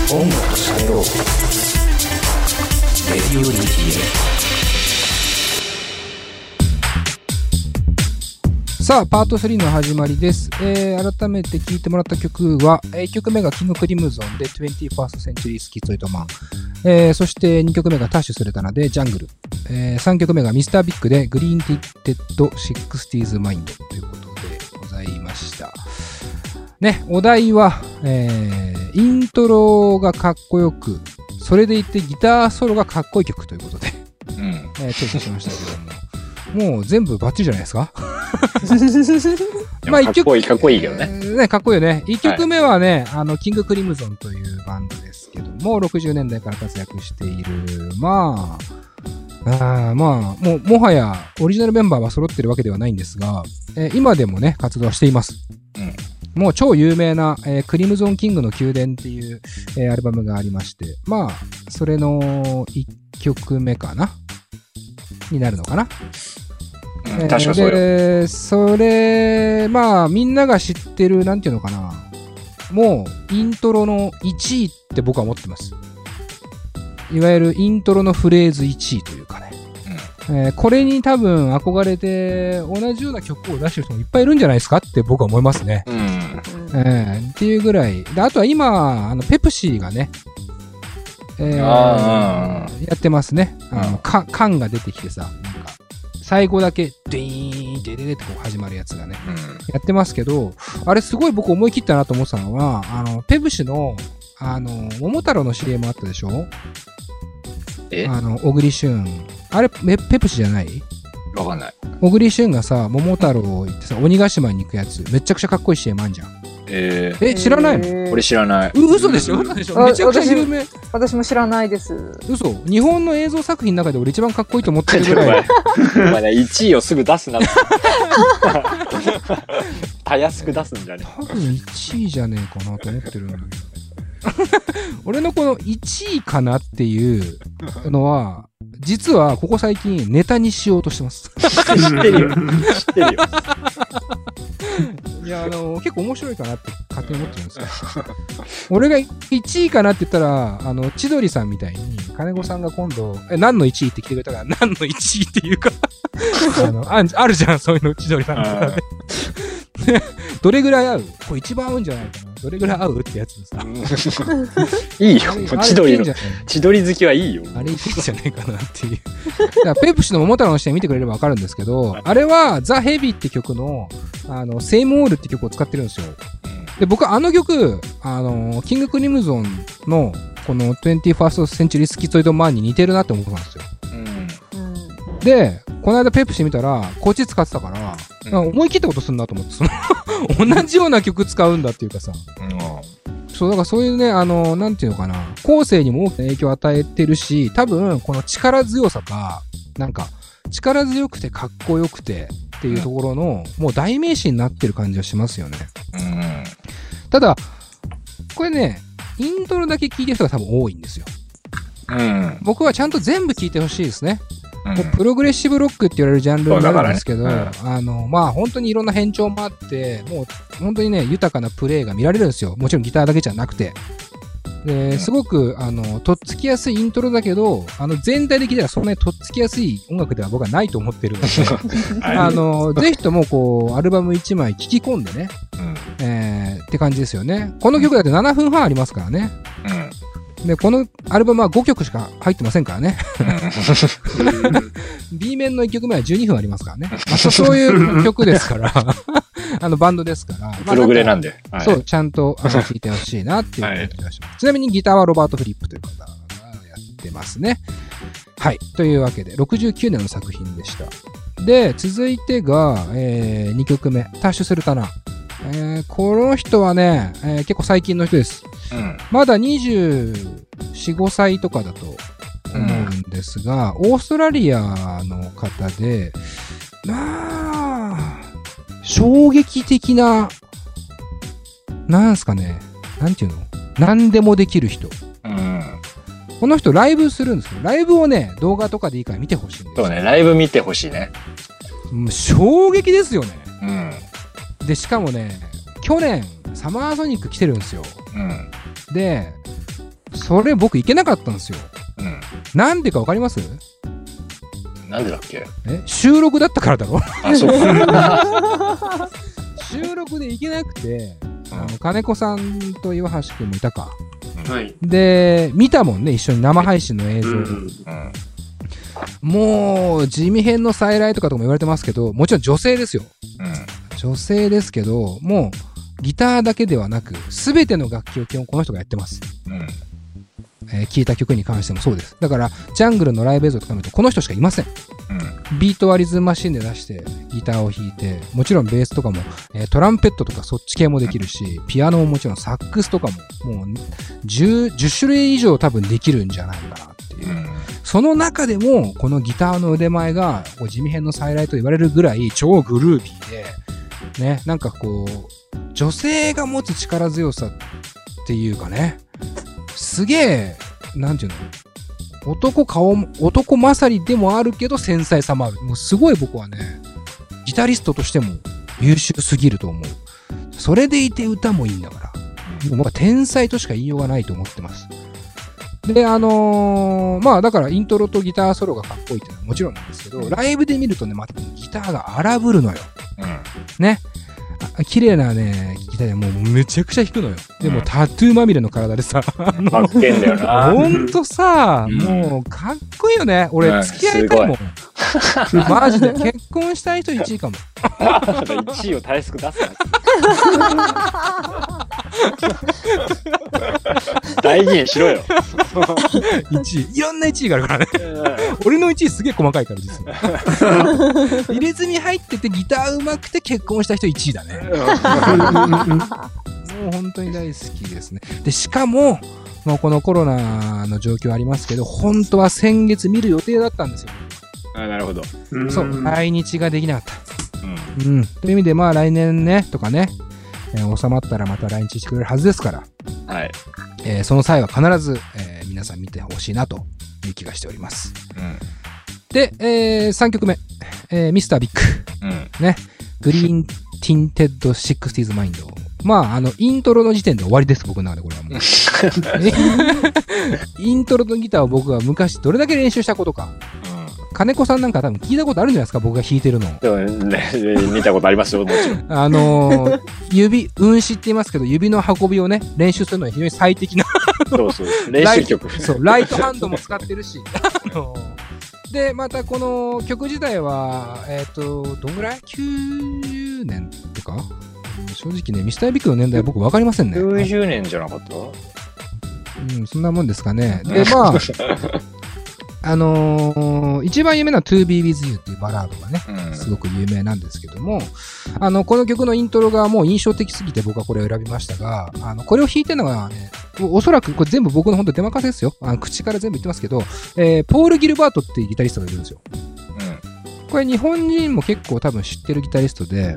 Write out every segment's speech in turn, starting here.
音楽と喋ろう。レディオ DTM。 さあパート3の始まりです。改めて聴いてもらった曲は1曲目がキングクリムゾンで 21st Century Schizoid Man、そして2曲目がタッシュスレタナでジャングル、3曲目がミスタービッグでグリーンティッテッド 60s マインドということでございましたね。お題は、イントロがかっこよく、それでいてギターソロがかっこいい曲ということで、チョイスしましたけども、もう全部バッチリじゃないですか。 まあかっこいいけどね。 かっこいいよね。1曲目はね、キングクリムゾンというバンドですけども、60年代から活躍している。もはやオリジナルメンバーは揃ってるわけではないんですが、今でもね、活動はしています。もう超有名な、クリムゾンキングの宮殿っていう、アルバムがありまして、まあ、それの1曲目かなになるのかな。 確かそうよ。 で、それ、まあ、みんなが知ってる、なんていうのかな。もう、イントロの1位って僕は思ってます。いわゆるイントロのフレーズ1位というかね。これに多分憧れて同じような曲を出してる人もいっぱいいるんじゃないですかって僕は思いますね。っていうぐらいで、あとは今ペプシーがね、やってますね。缶が出てきてさ、なんか最後だけディーンデデデってこう始まるやつがね、やってますけど、あれすごい僕思い切ったなと思ってたのは、ペプシの桃太郎の CM あったでしょ。小栗旬、あれペプシじゃない？ わかんない。 小栗旬がさ、桃太郎行ってさ、鬼ヶ島に行くやつ、めちゃくちゃかっこいい CM あんじゃん。知らないの？ 俺知らない。 嘘でしょ？めちゃくちゃ有名。 私も知らないです。 嘘？日本の映像作品の中で俺一番かっこいいと思ってるぐらい。 お前ね、1位をすぐ出すな。たやすく出すんじゃねえ。 多分1位じゃねえかなと思ってるんだけど。俺のこの1位かなっていうのは、実はここ最近ネタにしようとしてます。 知ってるよ。 いや、結構面白いかなって勝手に思ってるんですよ。俺が1位かなって言ったら、千鳥さんみたいに、金子さんが今度、何の1位って来てくれたから、何の1位っていうか、あるじゃん、そういうの、千鳥さんとかね。どれぐらい合う？これ一番合うんじゃないかな。どれぐらい合うってやつでさ。 いいよ。千鳥好きはいいよ。 あれいいんじゃないかなっていう。だからペプシの桃太郎の視点見てくれればわかるんですけど、あれはザ・ヘビーって曲の、セイムオールって曲を使ってるんですよ。で、僕は曲、キングクリムゾンのこの 21st Century Schizoid Manに似てるなって思ったんですよ。で、この間ペプシ見たら、こっち使ってたから、思い切ったことすんなと思って、同じような曲使うんだっていうかさ。そう、だからそういうね、なんていうのかな、後世にも大きな影響を与えてるし、多分、この力強さが、なんか、力強くてかっこよくてっていうところの、もう代名詞になってる感じはしますよね。ただ、これね、イントロだけ聴いてる人が多分多いんですよ。僕はちゃんと全部聴いてほしいですね。もうプログレッシブロックって言われるジャンルになるんですけど、まあ本当にいろんな変調もあって、もう本当にね、豊かなプレイが見られるんですよ。もちろんギターだけじゃなくて。すごく、とっつきやすいイントロだけど、全体的にはそんなにとっつきやすい音楽では僕はないと思ってるので、ぜひともこう、アルバム1枚聴き込んでね、って感じですよね。この曲だって7分半ありますからね。で、このアルバムは5曲しか入ってませんからね。B 面の1曲目は12分ありますからね。そういう曲ですから。バンドですから。 プログレなんで。 そう、ちゃんと聴いてほしいなっていう感じがします。ちなみにギターはロバート・フリップという方がやってますね。はい。というわけで、69年の作品でした。で、続いてが、2曲目、タッシュ・スルタナ。この人はね、結構最近の人です。まだ24、5歳とかだと思うんですが、オーストラリアの方で、まあ、衝撃的な、なんすかね、なんていうの？何でもできる人。この人ライブするんですけど、ライブをね、動画とかでいいから見てほしいんですよ。 そうね、ライブ見てほしいね。 衝撃ですよね。で、しかもね、去年、サマーソニック来てるんですよ。で、 それ僕行けなかったんですよ。なんでかわかります？ なんでだっけ？ 収録だったからだろ。 あ、そうか。 収録で行けなくて、金子さんと岩橋くんもいたか。 はい。 で、見たもんね、一緒に生配信の映像。もう、地味編の再来とかとも言われてますけど、もちろん女性ですよ。女性ですけど、もう、ギターだけではなく、すべての楽器を基本この人がやってます。聴いた曲に関してもそうです。だから、ジャングルのライブ映像とか見ると、この人しかいません。ビートはリズムマシンで出して、ギターを弾いて、もちろんベースとかも、トランペットとかそっち系もできるし、ピアノももちろんサックスとかも、もう10種類以上多分できるんじゃないかなっていう。その中でも、このギターの腕前が、地味編の再来と言われるぐらい、超グルービーで、ね、なんかこう、女性が持つ力強さっていうかね、すげえ、なんていうの、男勝りでもあるけど繊細さもある。もうすごい僕はね、ギタリストとしても優秀すぎると思う。それでいて歌もいいんだから。もう天才としか言いようがないと思ってます。で、まあだからイントロとギターソロがかっこいいっていうのはもちろんなんですけど、ライブで見るとね、またギターが荒ぶるのよ。ね。綺麗なね、ギターでもうめちゃくちゃ弾くのよ。でもタトゥーまみれの体でさ、 かっけえんだよな。 ほんとさ、もうかっこいいよね。俺付き合いたいもん。マジで結婚したい人1位かも。 1位をたやすく出すな。大事にしろよ。 1位。いろんな1位があるからね。俺の1位すげえ細かいから実は。入れ墨入っててギター上手くて結婚した人1位だね。もう本当に大好きですね。で、しかも、もうこのコロナの状況ありますけど、本当は先月見る予定だったんですよ。 なるほど。 そう、来日ができなかった。という意味で、まあ来年ね、とかね、収まったらまた来日してくれるはずですから、 はい。 その際は必ず、皆さん見てほしいなという気がしております。で、3曲目、ミスタービッグ。ね、グリーンティンテッド60sマインド。まあ、イントロの時点で終わりです、僕の中でこれはもう。イントロのギターを僕が昔どれだけ練習したことか。金子さんなんか多分聞いたことあるんじゃないですか、僕が弾いてるの。 見たことありますよ、もちろん。 運指って言いますけど、指の運びをね、練習するのに非常に最適な。 そうそう、練習曲。 そう、ライトハンドも使ってるし。で、またこの曲自体は、どんぐらい ?90 年とか正直ね、ミスタービッグの年代は僕分かりませんね。 90年じゃなかった？ そんなもんですかね。で、まあ、一番有名な To Be With You っていうバラードがね、すごく有名なんですけども、この曲のイントロがもう印象的すぎて僕はこれを選びましたが、これを弾いてるのがね、おそらくこれ全部僕の本当出任せですよ。口から全部言ってますけど、ポール・ギルバートっていうギタリストがいるんですよ。これ日本人も結構多分知ってるギタリストで、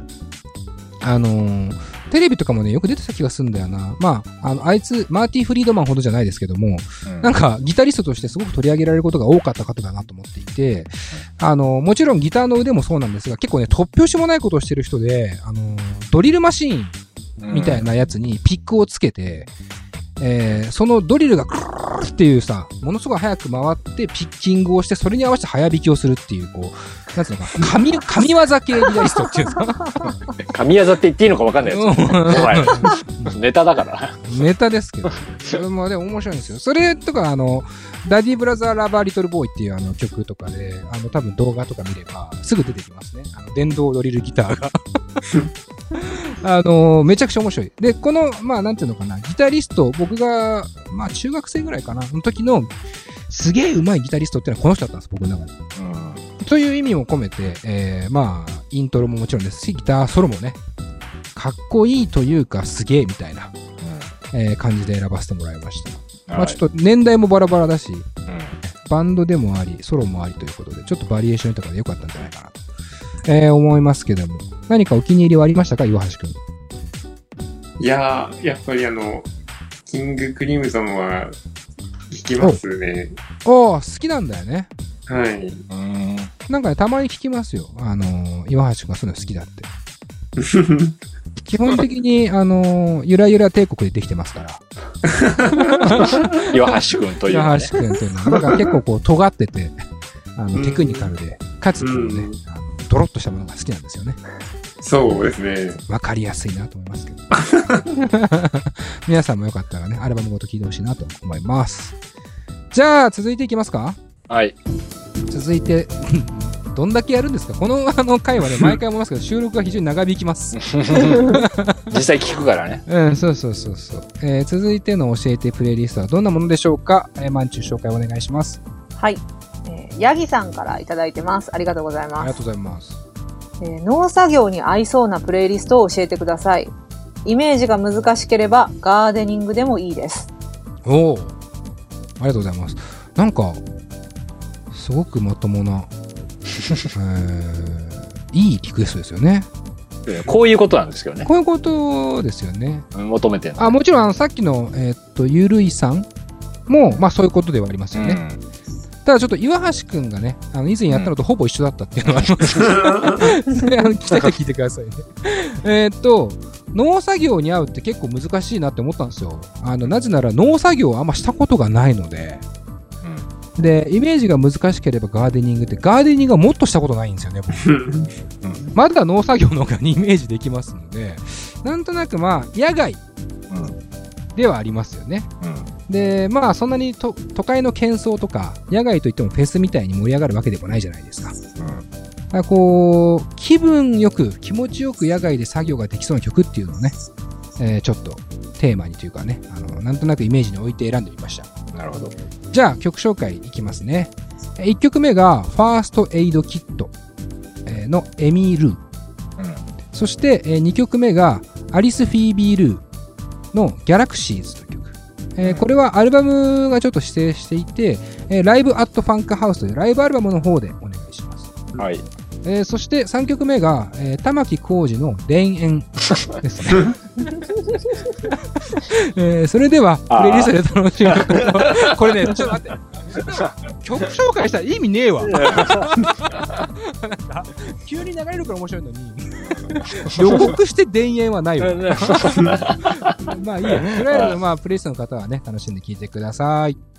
テレビとかもね、よく出てた気がするんだよな。まあ、あいつ、マーティ・フリードマンほどじゃないですけども、なんか、ギタリストとしてすごく取り上げられることが多かった方だなと思っていて、もちろんギターの腕もそうなんですが、結構ね、突拍子もないことをしてる人で、ドリルマシーンみたいなやつにピックをつけて、そのドリルがクルーっていうさ、ものすごい早く回ってピッキングをして、それに合わせて早弾きをするっていう、こう、なんつうのか、神業系ギタリストっていうんですか。 神業って言っていいのか分かんないですよ。ネタだから。 ネタですけど。それもでも面白いんですよ。それとか、ダディブラザーラバーリトルボーイっていう曲とかで、多分動画とか見れば、すぐ出てきますね。電動ドリルギターが。めちゃくちゃ面白い。で、この、まあ、なんていうのかな、ギタリスト、僕が、まあ、中学生ぐらいかな、の時の、すげえ上手いギタリストっていうのはこの人だったんです、僕の中で。という意味も込めて、まあ、イントロももちろんですし、ギターソロもね、かっこいいというか、すげえみたいな、感じで選ばせてもらいました。まあ、ちょっと年代もバラバラだし、バンドでもあり、ソロもありということで、ちょっとバリエーションとかで良かったんじゃないかなと、思いますけども。何かお気に入りはありましたか、岩橋くん。 いやー、やっぱりキングクリムゾンは弾きますね。 好きなんだよね。 はい。 なんかね、たまに聞きますよ。岩橋くんがそういうの好きだって。基本的に、ゆらゆら帝国でできてますから。 岩橋くんというのはね。 岩橋くんというのは、なんか結構こう、尖ってて、テクニカルで、かつこうね、ドロッとしたものが好きなんですよね。 そうですね。 わかりやすいなと思いますけど。皆さんもよかったらね、アルバムごと聴いてほしいなと思います。じゃあ、続いていきますか？ はい。 続いて、どんだけやるんですか？この回はね、毎回思いますけど、収録が非常に長引きます。 実際聞くからね。 うん、そう。続いての教えてプレイリストはどんなものでしょうか？まんちゅう紹介お願いします。 はい。ヤギさんからいただいてます。ありがとうございます。 ありがとうございます。 農作業に合いそうなプレイリストを教えてください。イメージが難しければガーデニングでもいいです。 おー、ありがとうございます。なんかすごくまともな、いいリクエストですよね。 こういうことなんですけどね。 こういうことですよね。 求めてるの。 もちろんさっきのゆるいさんもまあそういうことではありますよね。ただちょっと岩橋くんがね、以前やったのとほぼ一緒だったっていうのがあります。それ来たら聞いてくださいね。農作業に合うって結構難しいなって思ったんですよ。なぜなら農作業はあんましたことがないので。で、イメージが難しければガーデニングって、ガーデニングはもっとしたことないんですよね、僕。まだ農作業の方がイメージできますので、なんとなくまあ、野外ではありますよね。で、まあそんなに都会の喧騒とか、野外といってもフェスみたいに盛り上がるわけでもないじゃないですか。だからこう、気分よく、気持ちよく野外で作業ができそうな曲っていうのをね、ちょっとテーマにというかね、なんとなくイメージに置いて選んでみました。 なるほど。 じゃあ曲紹介いきますね。1曲目が、ファーストエイドキットのエミー・ルー。そして2曲目が、アリス・フィービー・ルーのギャラクシーズという曲。これはアルバムがちょっと指定していて、ライブ・アット・ファンク・ハウスというライブアルバムの方でお願いします。 はい。 そして3曲目が、玉置浩二の田園ですね。それでは、プレイリストで楽しむ。これね、ちょっと待って。曲紹介したら意味ねえわ。急に流れるから面白いのに、予告して田園はないわ。まあいいや。とりあえず、まあ、プレイリストの方はね、楽しんで聴いてください。